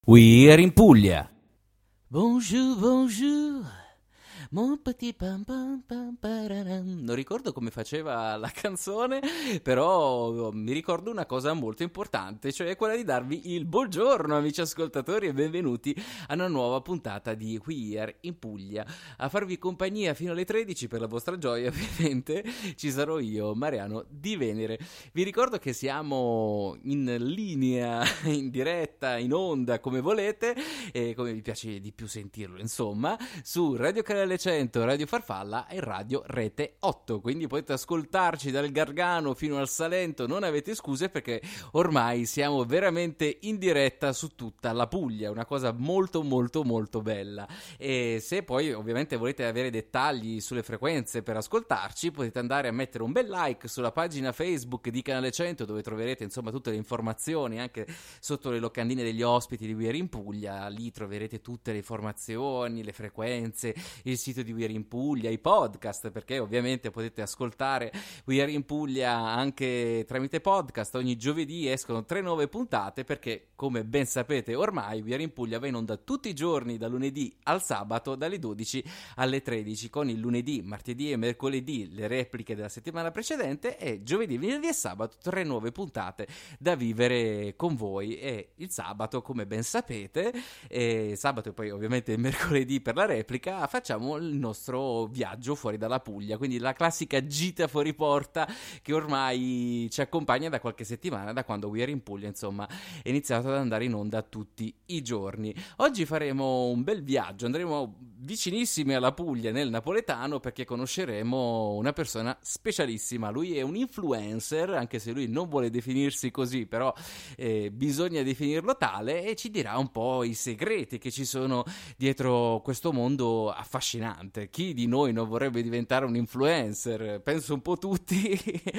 We're in Puglia. Bonjour, bonjour, mon petit pam pam pam pararam. Non ricordo come faceva la canzone, però mi ricordo una cosa molto importante, cioè quella di darvi il buongiorno, amici ascoltatori, e benvenuti a una nuova puntata di We're in Puglia. A farvi compagnia fino alle 13 per la vostra gioia, ovviamente, ci sarò io, Mariano di Venere. Vi ricordo che siamo in linea, in diretta, in onda, come volete, e come vi piace di più sentirlo, insomma, su Radio Canale 100, Radio Farfalla e Radio Rete 8, quindi potete ascoltarci dal Gargano fino al Salento, non avete scuse perché ormai siamo veramente in diretta su tutta la Puglia, una cosa molto molto molto bella. E se poi ovviamente volete avere dettagli sulle frequenze per ascoltarci, potete andare a mettere un bel like sulla pagina Facebook di Canale 100, dove troverete insomma tutte le informazioni, anche sotto le locandine degli ospiti di We're in Puglia. Lì troverete tutte le informazioni, le frequenze, il sito di We're in Puglia, i podcast, perché ovviamente potete ascoltare We're in Puglia anche tramite podcast. Ogni giovedì escono 3 nuove puntate perché, come ben sapete ormai, We're in Puglia va in onda tutti i giorni da lunedì al sabato dalle 12 alle 13, con il lunedì, martedì e mercoledì le repliche della settimana precedente, e giovedì, venerdì e sabato 3 nuove puntate da vivere con voi. E il sabato, come ben sapete, e sabato e poi ovviamente il mercoledì per la replica, facciamo il nostro viaggio fuori dalla Puglia, quindi la classica gita fuori porta che ormai ci accompagna da qualche settimana, da quando We're in Puglia insomma è iniziato ad andare in onda tutti i giorni. Oggi faremo un bel viaggio, andremo vicinissimi alla Puglia, nel napoletano, perché conosceremo una persona specialissima. Lui è un influencer, anche se lui non vuole definirsi così, però bisogna definirlo tale, e ci dirà un po' i segreti che ci sono dietro questo mondo affascinante. Chi di noi non vorrebbe diventare un influencer? Penso un po' tutti,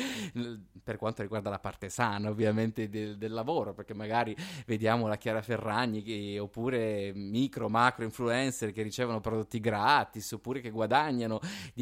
per quanto riguarda la parte sana ovviamente del lavoro, perché magari vediamo la Chiara Ferragni oppure micro, macro influencer che ricevono prodotti gratis, oppure che guadagnano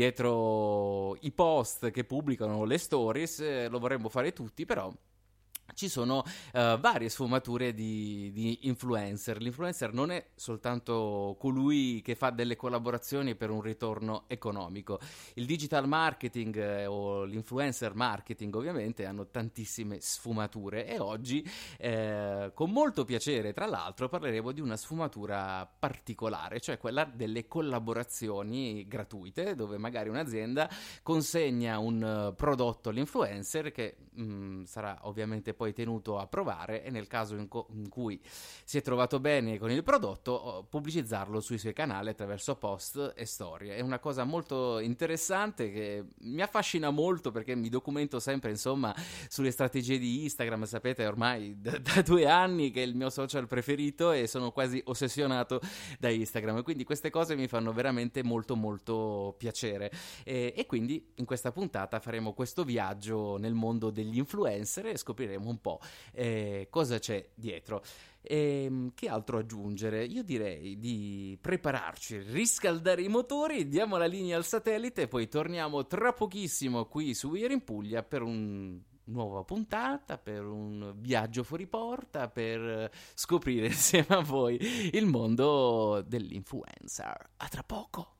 dietro i post che pubblicano, le stories. Lo vorremmo fare tutti, però ci sono varie sfumature di influencer. L'influencer non è soltanto colui che fa delle collaborazioni per un ritorno economico. Il digital marketing o l'influencer marketing ovviamente hanno tantissime sfumature, e oggi con molto piacere, tra l'altro, parleremo di una sfumatura particolare, cioè quella delle collaborazioni gratuite, dove magari un'azienda consegna un prodotto all'influencer che sarà ovviamente poi tenuto a provare, e nel caso in cui si è trovato bene con il prodotto, pubblicizzarlo sui suoi canali attraverso post e storie. È una cosa molto interessante che mi affascina molto, perché mi documento sempre insomma sulle strategie di Instagram. Sapete, ormai da 2 anni che è il mio social preferito e sono quasi ossessionato da Instagram, e quindi queste cose mi fanno veramente molto molto piacere, e quindi in questa puntata faremo questo viaggio nel mondo degli influencer e scopriremo un po' cosa c'è dietro. Che altro aggiungere? Io direi di prepararci, riscaldare i motori, diamo la linea al satellite e poi torniamo tra pochissimo qui su We're in Puglia per un nuova puntata, per un viaggio fuori porta, per scoprire insieme a voi il mondo dell'influencer. A tra poco.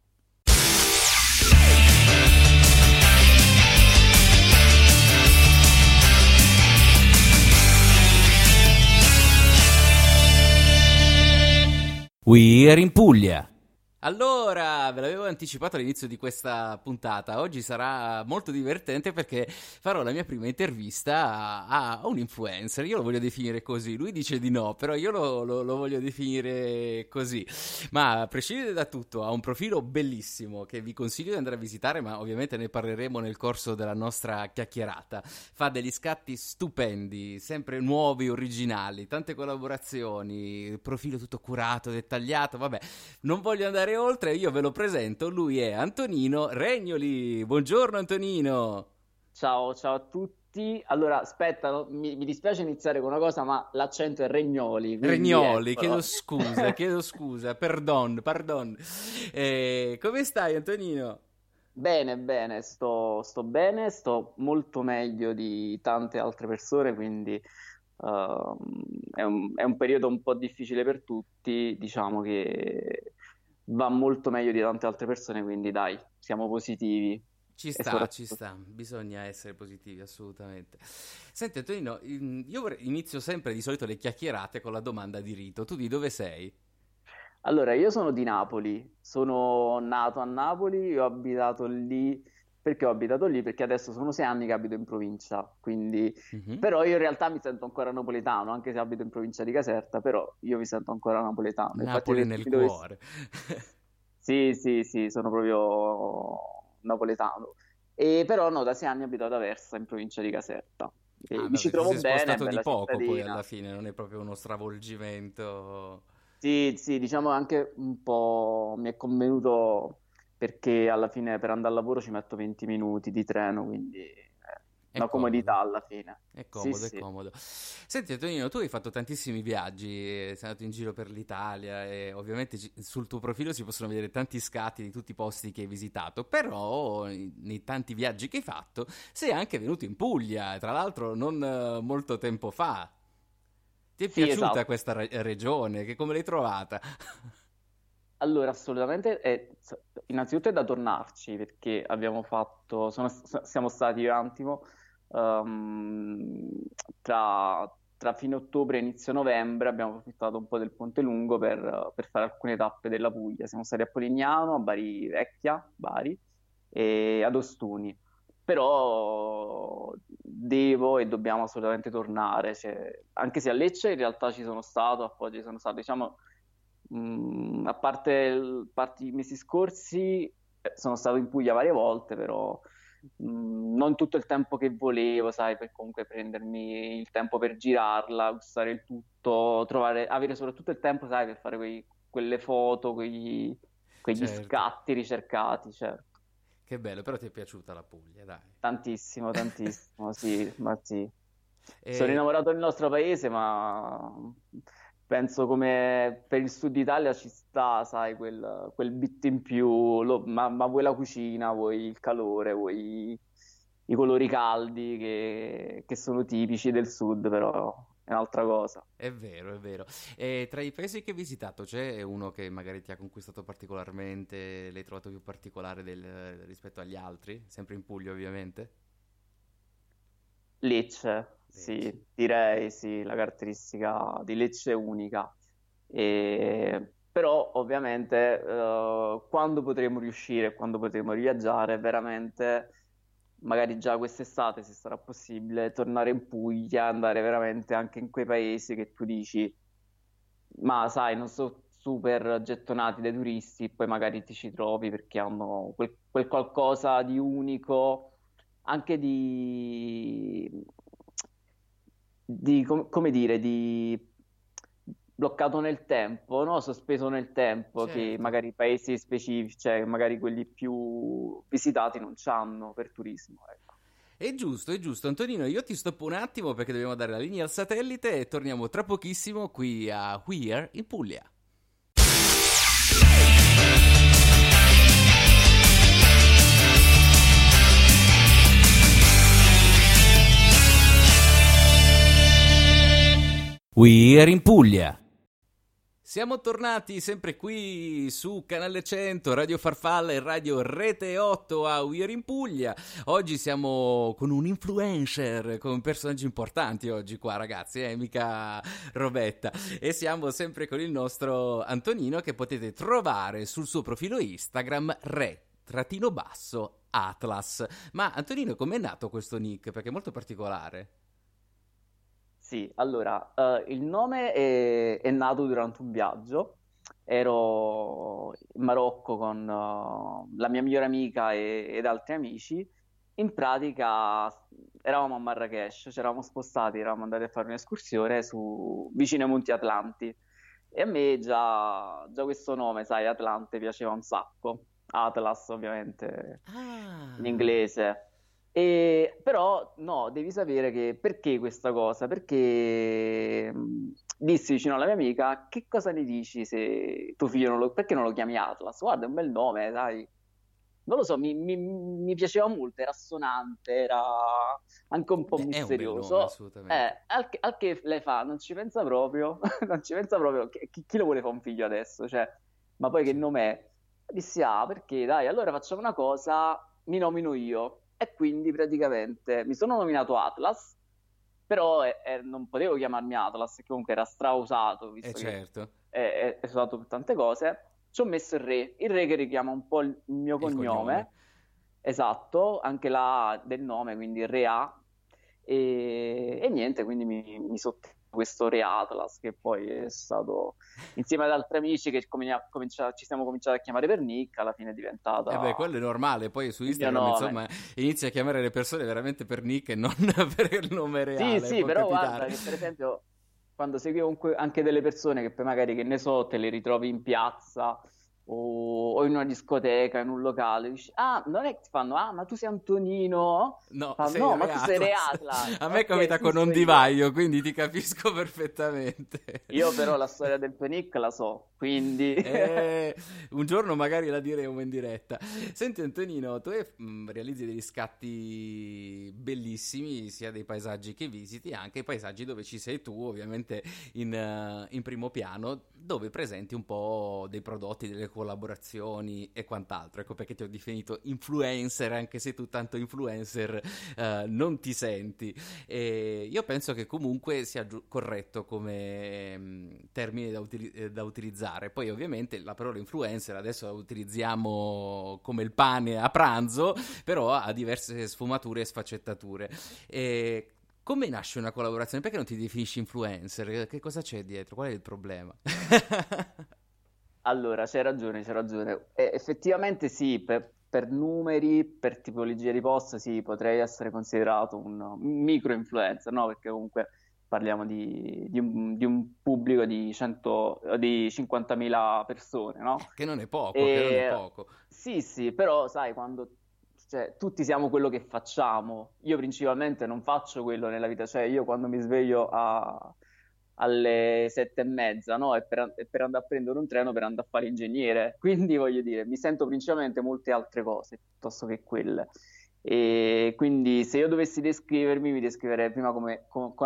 We're in Puglia. Allora, ve l'avevo anticipato all'inizio di questa puntata. Oggi sarà molto divertente perché farò la mia prima intervista a un influencer. Io lo voglio definire così, lui dice di no, però io lo voglio definire così. Ma a prescindere da tutto, ha un profilo bellissimo che vi consiglio di andare a visitare, ma ovviamente ne parleremo nel corso della nostra chiacchierata. Fa degli scatti stupendi, sempre nuovi, originali, tante collaborazioni, profilo tutto curato, dettagliato. Vabbè, non voglio andare oltre, io ve lo presento, lui è Antonino Regnoli. Buongiorno Antonino. Ciao, ciao a tutti. Allora, aspetta, mi dispiace iniziare con una cosa, ma l'accento è Regnoli. Regnoli, eccolo. chiedo scusa, pardon. Come stai Antonino? Bene, bene, sto bene, sto molto meglio di tante altre persone, quindi È un periodo un po' difficile per tutti, diciamo che va molto meglio di tante altre persone, quindi dai, siamo positivi e Ci soprattutto. sta, bisogna essere positivi, assolutamente. Senti, Antonino, io inizio sempre di solito le chiacchierate con la domanda di rito. Tu di dove sei? Allora, io sono di Napoli, sono nato a Napoli, ho abitato lì perché ho abitato lì perché adesso sono 6 anni che abito in provincia, quindi Mhm. però io in realtà mi sento ancora napoletano, anche se abito in provincia di Caserta, però io mi sento ancora napoletano. Infatti, Napoli se nel mi dovessi... cuore. Sì, sì, sì, sono proprio napoletano. E però no, da 6 anni abito ad Aversa, in provincia di Caserta. E Ah, mi ci vabbè, ti trovo sei bene, è spostato di bella poco poi cittadina. alla fine, non è proprio uno stravolgimento. Sì, sì, diciamo anche un po' mi è convenuto perché alla fine per andare al lavoro ci metto 20 minuti di treno, quindi È una comodo. comodità alla fine. È Sì, comodo, è sì. comodo. Senti, Antonino, tu hai fatto tantissimi viaggi, sei andato in giro per l'Italia e ovviamente sul tuo profilo si possono vedere tanti scatti di tutti i posti che hai visitato, però nei tanti viaggi che hai fatto sei anche venuto in Puglia, tra l'altro non molto tempo fa. Ti è Sì, piaciuta esatto. questa regione? Che come l'hai trovata? Allora, assolutamente, innanzitutto è da tornarci perché siamo stati io e Antimo ehm, tra fine ottobre e inizio novembre, abbiamo approfittato un po' del Ponte Lungo per fare alcune tappe della Puglia. Siamo stati a Polignano, a Bari Vecchia, Bari, e ad Ostuni. Però devo e dobbiamo assolutamente tornare, cioè, anche se a Lecce in realtà ci sono stato, a Foggia ci sono stato, diciamo. A parte i mesi scorsi, sono stato in Puglia varie volte, però non tutto il tempo che volevo, sai, per comunque prendermi il tempo per girarla, gustare il tutto, avere soprattutto il tempo, sai, per fare quelle foto, quegli Certo, scatti ricercati, certo. che bello, però ti è piaciuta la Puglia, dai. Tantissimo, tantissimo, sì, ma sì. Sono E innamorato del nostro paese, ma penso come per il sud Italia ci sta, sai, quel bit in più, ma vuoi la cucina, vuoi il calore, vuoi i colori caldi che sono tipici del sud, però è un'altra cosa. è vero, è vero. E tra i paesi che hai visitato c'è uno che magari ti ha conquistato particolarmente, l'hai trovato più particolare rispetto agli altri? Sempre in Puglia, ovviamente? Lecce, Lecce. sì, direi sì, la caratteristica di Lecce è unica. Però ovviamente quando potremo riuscire, quando potremo riviaggiare, veramente, magari già quest'estate, se sarà possibile, tornare in Puglia, andare veramente anche in quei paesi che tu dici, ma sai, non so, super gettonati dai turisti, poi magari ti ci trovi perché hanno quel qualcosa di unico, anche come dire, di bloccato nel tempo, no? Sospeso nel tempo, che Certo. magari paesi specifici, cioè magari quelli più visitati non c'hanno per turismo, ecco. È giusto. Antonino, io ti stoppo un attimo perché dobbiamo dare la linea al satellite e torniamo tra pochissimo qui a Weir in Puglia. We're in Puglia. Siamo tornati sempre qui su Canale 100, Radio Farfalla e Radio Rete 8 a Weir in Puglia. Oggi siamo con un influencer, con personaggi importanti oggi qua ragazzi, mica robetta. E siamo sempre con il nostro Antonino che potete trovare sul suo profilo Instagram re_Atlas. Ma Antonino, com'è nato questo nick? Perché è molto particolare. Sì, allora, il nome è nato durante un viaggio. Ero in Marocco con la mia migliore amica ed altri amici. In pratica eravamo a Marrakech, ci eravamo spostati, eravamo andati a fare un'escursione vicino ai Monti Atlanti. E a me già questo nome, sai, Atlante piaceva un sacco. Atlas, ovviamente, in Ah, inglese. Però no, devi sapere che perché questa cosa? Perché dissi vicino alla mia amica, che cosa ne dici se tuo figlio perché non lo chiami Atlas? Guarda, è un bel nome, dai. non lo so, mi piaceva molto, era assonante, era anche un po' Beh, è un bel nome, misterioso. assolutamente. Al che lei fa, non ci pensa proprio, non ci pensa proprio, chi lo vuole fare un figlio adesso? Cioè, ma poi che Sì. nome è? Dissi, ah, perché dai, allora facciamo una cosa, mi nomino io. E quindi praticamente mi sono nominato Atlas, però non potevo chiamarmi Atlas, che comunque era strausato, visto che Certo, è usato per tante cose. Ci ho messo il re che richiama un po' il mio è il cognome. cognome, esatto, anche la A del nome, quindi Re A, e niente, quindi mi sotto questo Re Atlas, che poi è stato, insieme ad altri amici che ci siamo cominciati a chiamare per Nick, alla fine è E beh, diventata quello è normale, poi su il mio Instagram, nome. insomma, inizi a chiamare le persone veramente per nick e non per il nome Sì, reale, sì, può però capitare. guarda che per esempio quando segui comunque anche delle persone che poi magari, che ne so, te le ritrovi in piazza o in una discoteca, in un locale, dici, ah, non è che ti fanno, ah, ma tu sei Antonino? No, Fa, sei no, ma Re tu sei Re Atlas. Atlas. A me Ok, capita sì, con so io. Ondivaio, quindi ti capisco perfettamente. Io però la storia del tuo Nick la so, quindi Eh, un giorno magari la diremo in diretta. Senti Antonino, tu realizzi degli scatti bellissimi, sia dei paesaggi che visiti, anche i paesaggi dove ci sei tu, ovviamente in primo piano, dove presenti un po' dei prodotti, delle collaborazioni e quant'altro. Ecco perché ti ho definito influencer, anche se tu tanto influencer non ti senti. E io penso che comunque sia corretto come termine da utilizzare. Poi ovviamente la parola influencer adesso la utilizziamo come il pane a pranzo, però ha diverse sfumature e sfaccettature. E come nasce una collaborazione? Perché non ti definisci influencer? Che cosa c'è dietro? Qual è il problema? allora, c'hai ragione, c'hai ragione. Effettivamente sì, per numeri, per tipologia di post, sì, potrei essere considerato un micro influencer, no? Perché comunque parliamo di un pubblico di 50.000 persone, no? Che non è poco, che non è E poco. sì, sì, però sai, quando cioè, tutti siamo quello che facciamo. Io principalmente non faccio quello nella vita, cioè io quando mi sveglio alle 7:30, no? È per andare a prendere un treno per andare a fare ingegnere. Quindi voglio dire, mi sento principalmente molte altre cose piuttosto che quelle. E quindi se io dovessi descrivermi, mi descriverei prima come,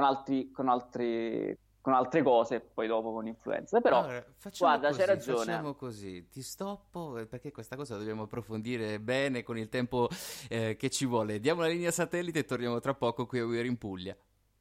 con altre cose, e poi dopo con influenza. Però, Allora, facciamo guarda, c'hai così, ragione. facciamo così. Ti stoppo perché questa cosa dobbiamo approfondire bene con il tempo che ci vuole. Diamo la linea satellite e torniamo tra poco qui a We Are in Puglia.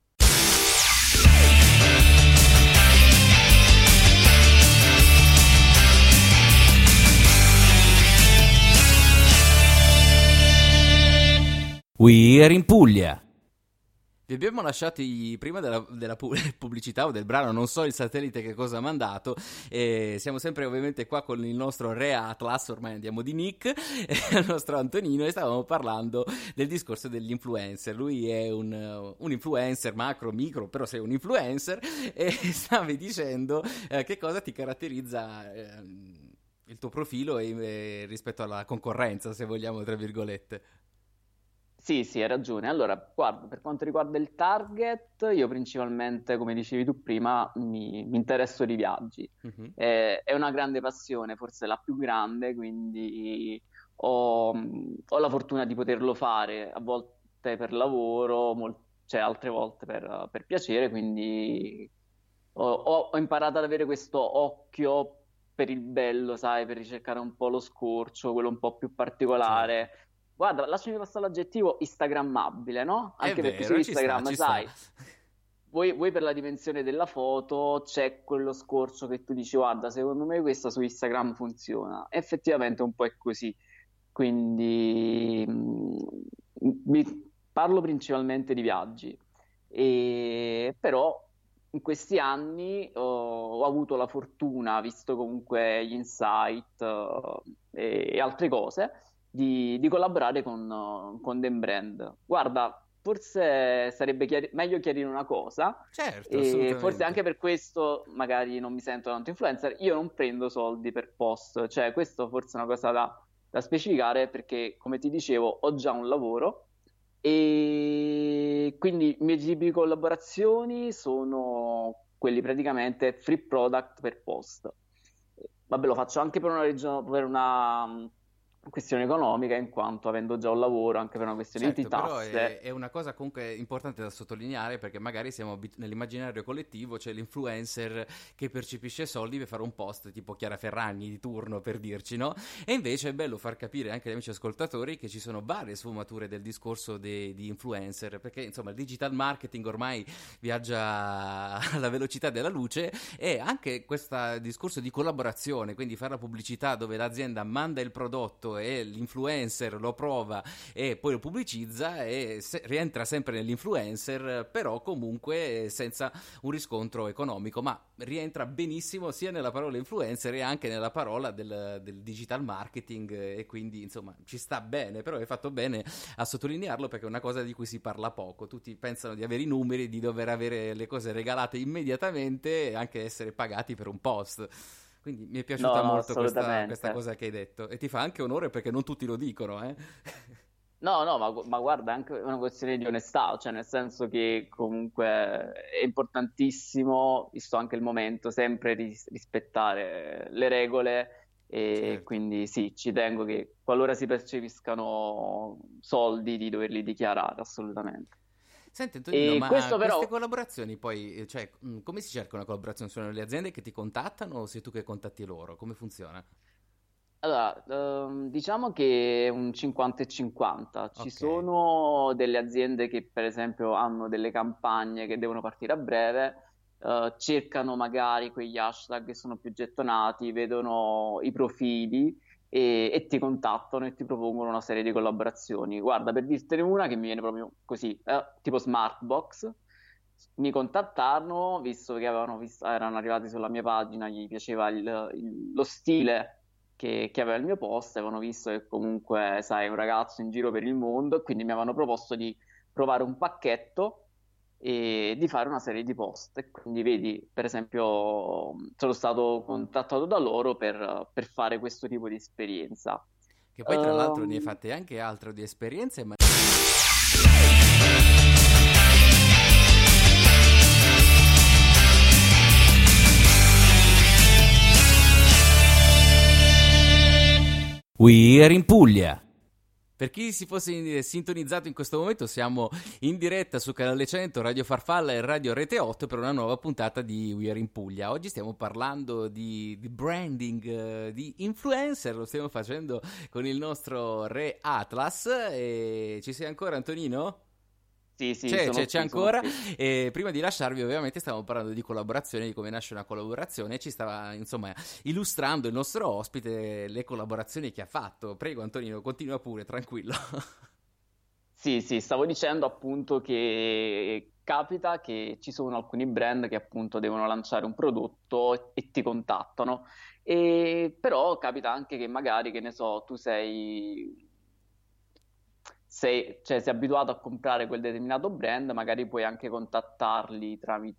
We Are in Puglia. Vi abbiamo lasciati prima della pubblicità o del brano, non so il satellite che cosa ha mandato, e siamo sempre ovviamente qua con il nostro Re Atlas, ormai andiamo di Nick, e il nostro Antonino, e stavamo parlando del discorso degli influencer. Lui è un influencer, macro, micro, però sei un influencer, e stavi dicendo che cosa ti caratterizza il tuo profilo rispetto alla concorrenza, se vogliamo, tra virgolette. Sì, sì, hai ragione. Allora, guarda, per quanto riguarda il target, io principalmente, come dicevi tu prima, mi interesso di viaggi. Mhm. È una grande passione, forse la più grande, quindi ho la fortuna di poterlo fare a volte per lavoro, cioè altre volte per piacere, quindi ho imparato ad avere questo occhio per il bello, sai, per ricercare un po' lo scorcio, quello un po' più Certo. particolare. Guarda, lasciami passare l'aggettivo instagrammabile, no? È Anche perché su vero, ci sta, Instagram, ci sta. sai, vuoi per la dimensione della foto, c'è quello scorcio che tu dici, guarda, secondo me questa su Instagram funziona. Effettivamente un po' è così. Quindi parlo principalmente di viaggi. Però in questi anni ho avuto la fortuna, visto comunque gli insight e altre cose, di collaborare con Den Brand. Guarda, forse sarebbe meglio chiarire una cosa, Certo, e forse assolutamente. anche per questo magari non mi sento tanto influencer. Io non prendo soldi per post, cioè questo forse è una cosa da specificare perché, come ti dicevo, ho già un lavoro e quindi i miei tipi di collaborazioni sono quelli praticamente free product per post. Vabbè, lo faccio anche per una questione economica, in quanto avendo già un lavoro, anche per una questione di Certo, però tasse. è una cosa comunque importante da sottolineare perché magari siamo nell'immaginario collettivo c'è l'influencer che percepisce soldi per fare un post tipo Chiara Ferragni di turno per dirci, no? E invece è bello far capire anche agli amici ascoltatori che ci sono varie sfumature del discorso di influencer perché insomma il digital marketing ormai viaggia alla velocità della luce e anche questo discorso di collaborazione, quindi fare la pubblicità dove l'azienda manda il prodotto e l'influencer lo prova e poi lo pubblicizza e rientra sempre nell'influencer, però comunque senza un riscontro economico, ma rientra benissimo sia nella parola influencer e anche nella parola del digital marketing e quindi insomma ci sta bene, però hai fatto bene a sottolinearlo perché è una cosa di cui si parla poco, tutti pensano di avere i numeri, di dover avere le cose regalate immediatamente e anche essere pagati per un post. Quindi mi è No, piaciuta no, molto questa assolutamente. cosa che hai detto e ti fa anche onore perché non tutti lo dicono, eh? No, no, ma guarda, è anche una questione di onestà, cioè nel senso che comunque è importantissimo, visto anche il momento, sempre rispettare le regole e Certo. quindi sì, ci tengo che qualora si percepiscano soldi di doverli dichiarare, assolutamente. Senti Antonino, E ma questo queste però. collaborazioni poi, cioè, come si cerca una collaborazione? Sono le aziende che ti contattano o sei tu che contatti loro? Come funziona? Allora, diciamo che è un 50 e 50. Ci Ok, sono delle aziende che, per esempio, hanno delle campagne che devono partire a breve, cercano magari quegli hashtag che sono più gettonati, vedono i profili e ti contattano e ti propongono una serie di collaborazioni. Guarda, per dirtene una che mi viene proprio così, tipo Smartbox. Mi contattarono, visto che erano arrivati sulla mia pagina, gli piaceva lo stile che aveva il mio post, avevano visto che comunque, sai, è un ragazzo in giro per il mondo e quindi mi avevano proposto di provare un pacchetto e di fare una serie di post. E quindi vedi, per esempio, sono stato contattato da loro per fare questo tipo di esperienza. che poi tra l'altro ne hai Ehm, fatte anche altre di esperienze, ma... We are in Puglia. Per chi si fosse sintonizzato in questo momento, siamo in diretta su Canale 100, Radio Farfalla e Radio Rete 8 per una nuova puntata di We Are in Puglia. Oggi stiamo parlando di branding, di influencer, lo stiamo facendo con il nostro Re Atlas. E ci sei ancora, Antonino? sì, sì, C'è sono ancora. qui. E prima di lasciarvi, ovviamente, stavamo parlando di collaborazione, di come nasce una collaborazione. E ci stava, insomma, illustrando il nostro ospite le collaborazioni che ha fatto. Prego, Antonino, continua pure, tranquillo. Sì, sì, stavo dicendo appunto che capita che ci sono alcuni brand che appunto devono lanciare un prodotto e ti contattano, e però capita anche che magari, che ne so, tu cioè, sei abituato a comprare quel determinato brand, magari puoi anche contattarli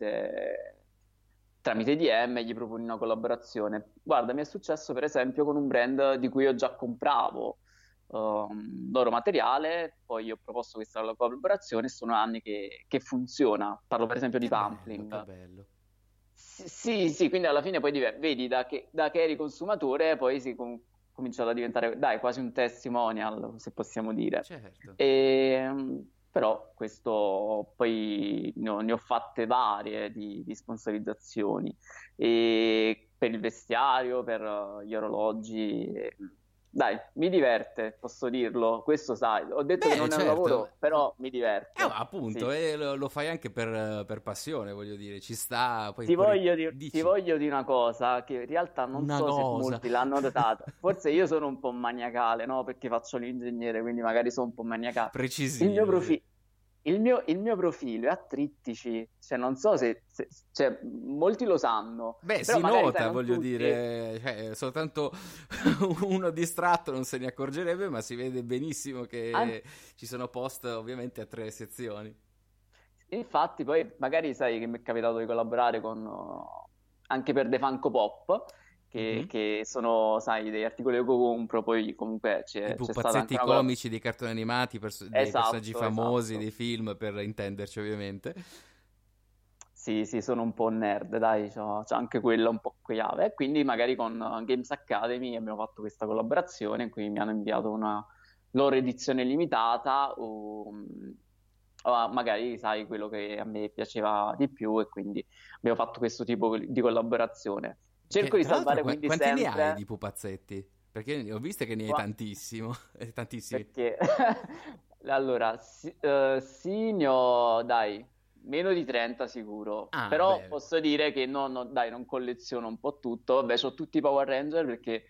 tramite DM e gli proponi una collaborazione. Guarda, mi è successo per esempio con un brand di cui io già compravo loro materiale, poi io ho proposto questa collaborazione e sono anni che funziona. Parlo per esempio di Che bello, che Pampling. bello. Sì, sì, sì, quindi alla fine poi vedi da che eri consumatore, poi cominciato a diventare, dai, quasi un testimonial, se possiamo dire. Certo. Però questo poi ne ho fatte varie di sponsorizzazioni e per il vestiario, per gli orologi. Dai, mi diverte, posso dirlo. Questo sai, ho detto che Beh, non è un certo. lavoro, però mi diverte. Appunto, Sì. e lo fai anche per passione, voglio dire, ci sta, poi Ti pure voglio ti dici voglio dire una cosa che in realtà non una so se cosa. molti l'hanno notata. Forse io sono un po' maniacale, no? Perché faccio l'ingegnere, quindi magari sono un po' maniacale. Il mio Precisino, sì. profi- il mio profilo è a trittici, cioè non so cioè, molti lo sanno, Beh, però si magari sai, nota, non voglio tutti. dire, soltanto uno distratto non se ne accorgerebbe, ma si vede benissimo An- che ci sono post ovviamente a tre sezioni. Infatti, poi magari sai che mi è capitato di collaborare anche per dei Funko Pop, che, Mhm. che sono, sai, degli articoli che compro, poi comunque I c'è stata anche pupazzetti una collaborazione. comici dei cartoni animati, dei personaggi Esatto, famosi, esatto. dei film, per intenderci ovviamente. sì, sono un po' nerd, dai, c'ho anche quella un po' chiave. E quindi magari con Games Academy abbiamo fatto questa collaborazione in cui mi hanno inviato una loro edizione limitata o magari, sai, quello che a me piaceva di più e quindi abbiamo fatto questo tipo di collaborazione. Cerco Che, di tra l'altro, salvare quindi quanti ne hai sempre... di pupazzetti? Perché ho visto che ne hai Qua- tantissimo, tantissimi. perché allora sì, ne ho dai meno di 30 sicuro, Ah, però beh. posso dire che dai, non colleziono un po' tutto. Vabbè, ho tutti i Power Ranger perché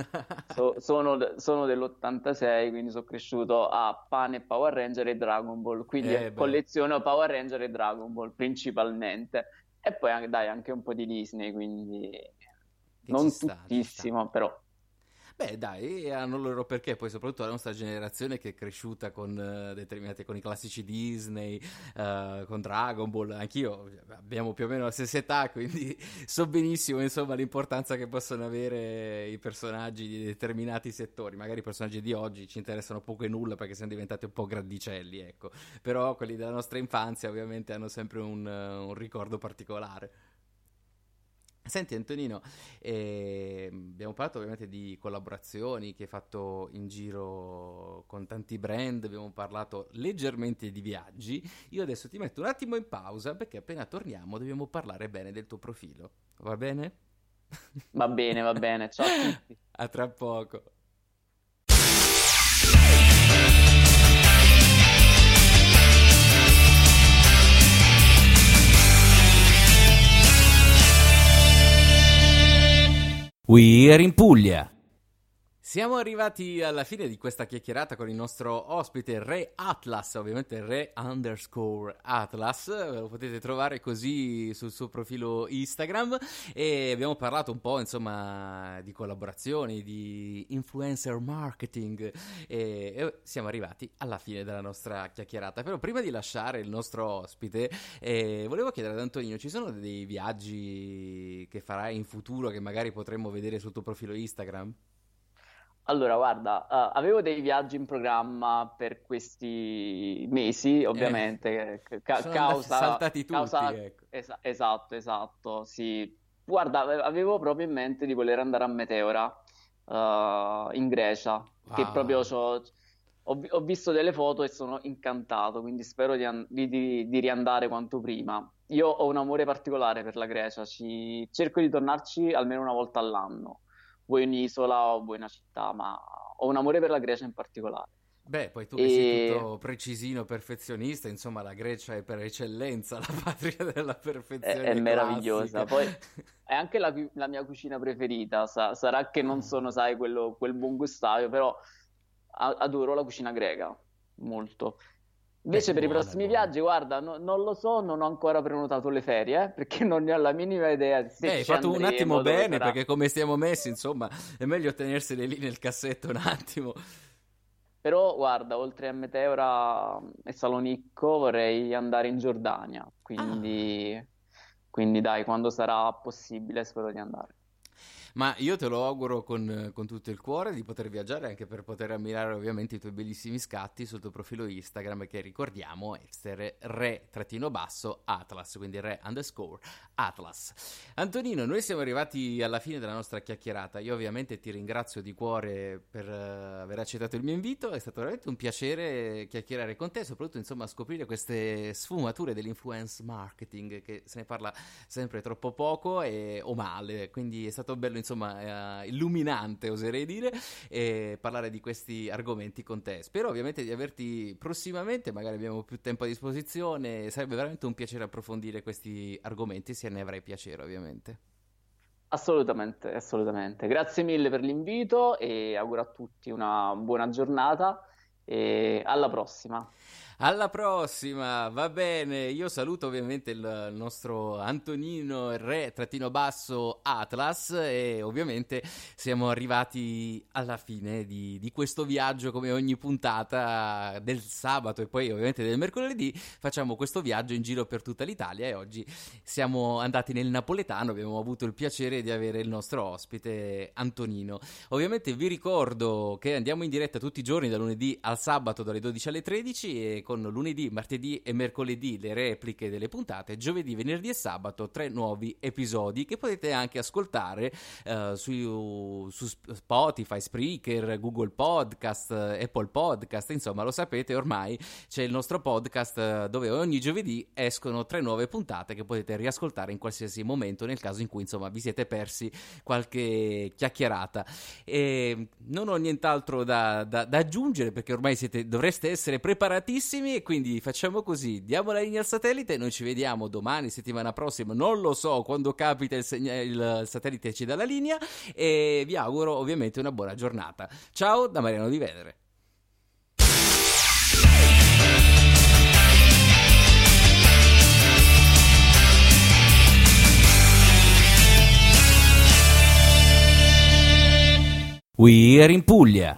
sono dell'86, quindi sono cresciuto a pane Power Ranger e Dragon Ball, quindi Beh, colleziono Power Ranger e Dragon Ball principalmente. E poi dai, anche un po' di Disney, quindi che ci non sta, ci sta. tuttissimo, però. Beh, dai, hanno il loro perché, poi soprattutto la nostra generazione che è cresciuta con determinati, con i classici Disney, con Dragon Ball, anch'io abbiamo più o meno la stessa età, quindi so benissimo, insomma, l'importanza che possono avere i personaggi di determinati settori. Magari i personaggi di oggi ci interessano poco e nulla perché sono diventati un po' grandicelli, ecco. Però quelli della nostra infanzia ovviamente hanno sempre un ricordo particolare. Senti Antonino, abbiamo parlato ovviamente di collaborazioni che hai fatto in giro con tanti brand, abbiamo parlato leggermente di viaggi. Io adesso ti metto un attimo in pausa perché appena torniamo dobbiamo parlare bene del tuo profilo. Va bene? Va bene, ciao a tutti. A tra poco. We're in Puglia. Siamo arrivati alla fine di questa chiacchierata con il nostro ospite Re Atlas, ovviamente Re_Atlas, lo potete trovare così sul suo profilo Instagram e abbiamo parlato un po' insomma di collaborazioni, di influencer marketing e siamo arrivati alla fine della nostra chiacchierata. Però prima di lasciare il nostro ospite volevo chiedere ad Antonino, ci sono dei viaggi che farai in futuro che magari potremmo vedere sul tuo profilo Instagram? Allora, guarda, avevo dei viaggi in programma per questi mesi, Eh, ovviamente, sono andati saltati tutti, causa, ecco. esatto, sì. Guarda, avevo proprio in mente di voler andare a Meteora, in Grecia, che proprio Wow. ho visto delle foto e sono incantato, quindi spero di riandare quanto prima. Io ho un amore particolare per la Grecia, cerco di tornarci almeno una volta all'anno, vuoi un'isola o vuoi una città, ma ho un amore per la Grecia in particolare. Beh, poi tu che sei E tutto precisino, perfezionista, insomma, la Grecia è per eccellenza la patria della è perfezione classica. meravigliosa. Poi è anche la mia cucina preferita. Sarà che non Ah, sono, sai, quel buon gustaio, però adoro la cucina greca molto. beh, Invece per i buona, è prossimi buona. viaggi, guarda, non lo so, non ho ancora prenotato le ferie, perché non ne ho la minima idea se Hai ci fatto un attimo andremo, dove bene sarà. perché come stiamo messi, insomma, è meglio tenersele lì nel cassetto un attimo. Però guarda, oltre a Meteora e Salonicco vorrei andare in Giordania, Ah. quindi dai, quando sarà possibile spero di andare. Ma io te lo auguro con tutto il cuore di poter viaggiare anche per poter ammirare ovviamente i tuoi bellissimi scatti sul tuo profilo Instagram che ricordiamo essere re_Atlas, quindi re_Atlas. Antonino, noi siamo arrivati alla fine della nostra chiacchierata. Io ovviamente ti ringrazio di cuore per aver accettato il mio invito, è stato veramente un piacere chiacchierare con te, soprattutto insomma scoprire queste sfumature dell'influence marketing che se ne parla sempre troppo poco o male, quindi è stato bello insomma illuminante oserei dire e parlare di questi argomenti con te. Spero ovviamente di averti prossimamente, magari abbiamo più tempo a disposizione, sarebbe veramente un piacere approfondire questi argomenti se ne avrai piacere ovviamente. Assolutamente, assolutamente. Grazie mille per l'invito e auguro a tutti una buona giornata e alla prossima. Alla prossima, va bene. Io saluto ovviamente il nostro Antonino Re_Atlas e ovviamente siamo arrivati alla fine di questo viaggio come ogni puntata del sabato e poi ovviamente del mercoledì facciamo questo viaggio in giro per tutta l'Italia e oggi siamo andati nel napoletano, abbiamo avuto il piacere di avere il nostro ospite Antonino. Ovviamente vi ricordo che andiamo in diretta tutti i giorni da lunedì al sabato dalle 12 alle 13 e con lunedì, martedì e mercoledì le repliche delle puntate, giovedì, venerdì e sabato 3 nuovi episodi che potete anche ascoltare su Spotify, Spreaker, Google Podcast, Apple Podcast, insomma lo sapete ormai, c'è il nostro podcast dove ogni giovedì escono 3 nuove puntate che potete riascoltare in qualsiasi momento nel caso in cui insomma vi siete persi qualche chiacchierata. E non ho nient'altro da aggiungere perché ormai dovreste essere preparatissimi e quindi facciamo così, diamo la linea al satellite, noi ci vediamo domani, settimana prossima, non lo so quando capita il satellite ci dà la linea e vi auguro ovviamente una buona giornata. Ciao da Mariano Di Venere. We're in Puglia.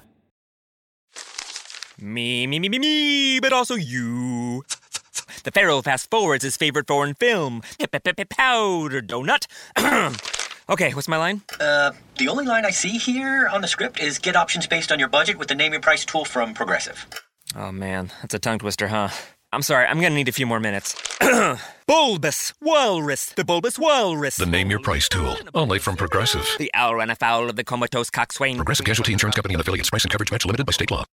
Me, but also you. The Pharaoh fast forwards his favorite foreign film, Powder Donut. Okay, what's my line? The only line I see here on the script is get options based on your budget with the Name Your Price tool from Progressive. Oh man, that's a tongue twister, huh? I'm sorry, I'm gonna need a few more minutes. Bulbous Walrus, the Bulbous Walrus. The Name Your Price tool, only from Progressive. The owl ran afoul of the comatose coxswain. Progressive Casualty Insurance Company and affiliates. Price and coverage match limited by state law.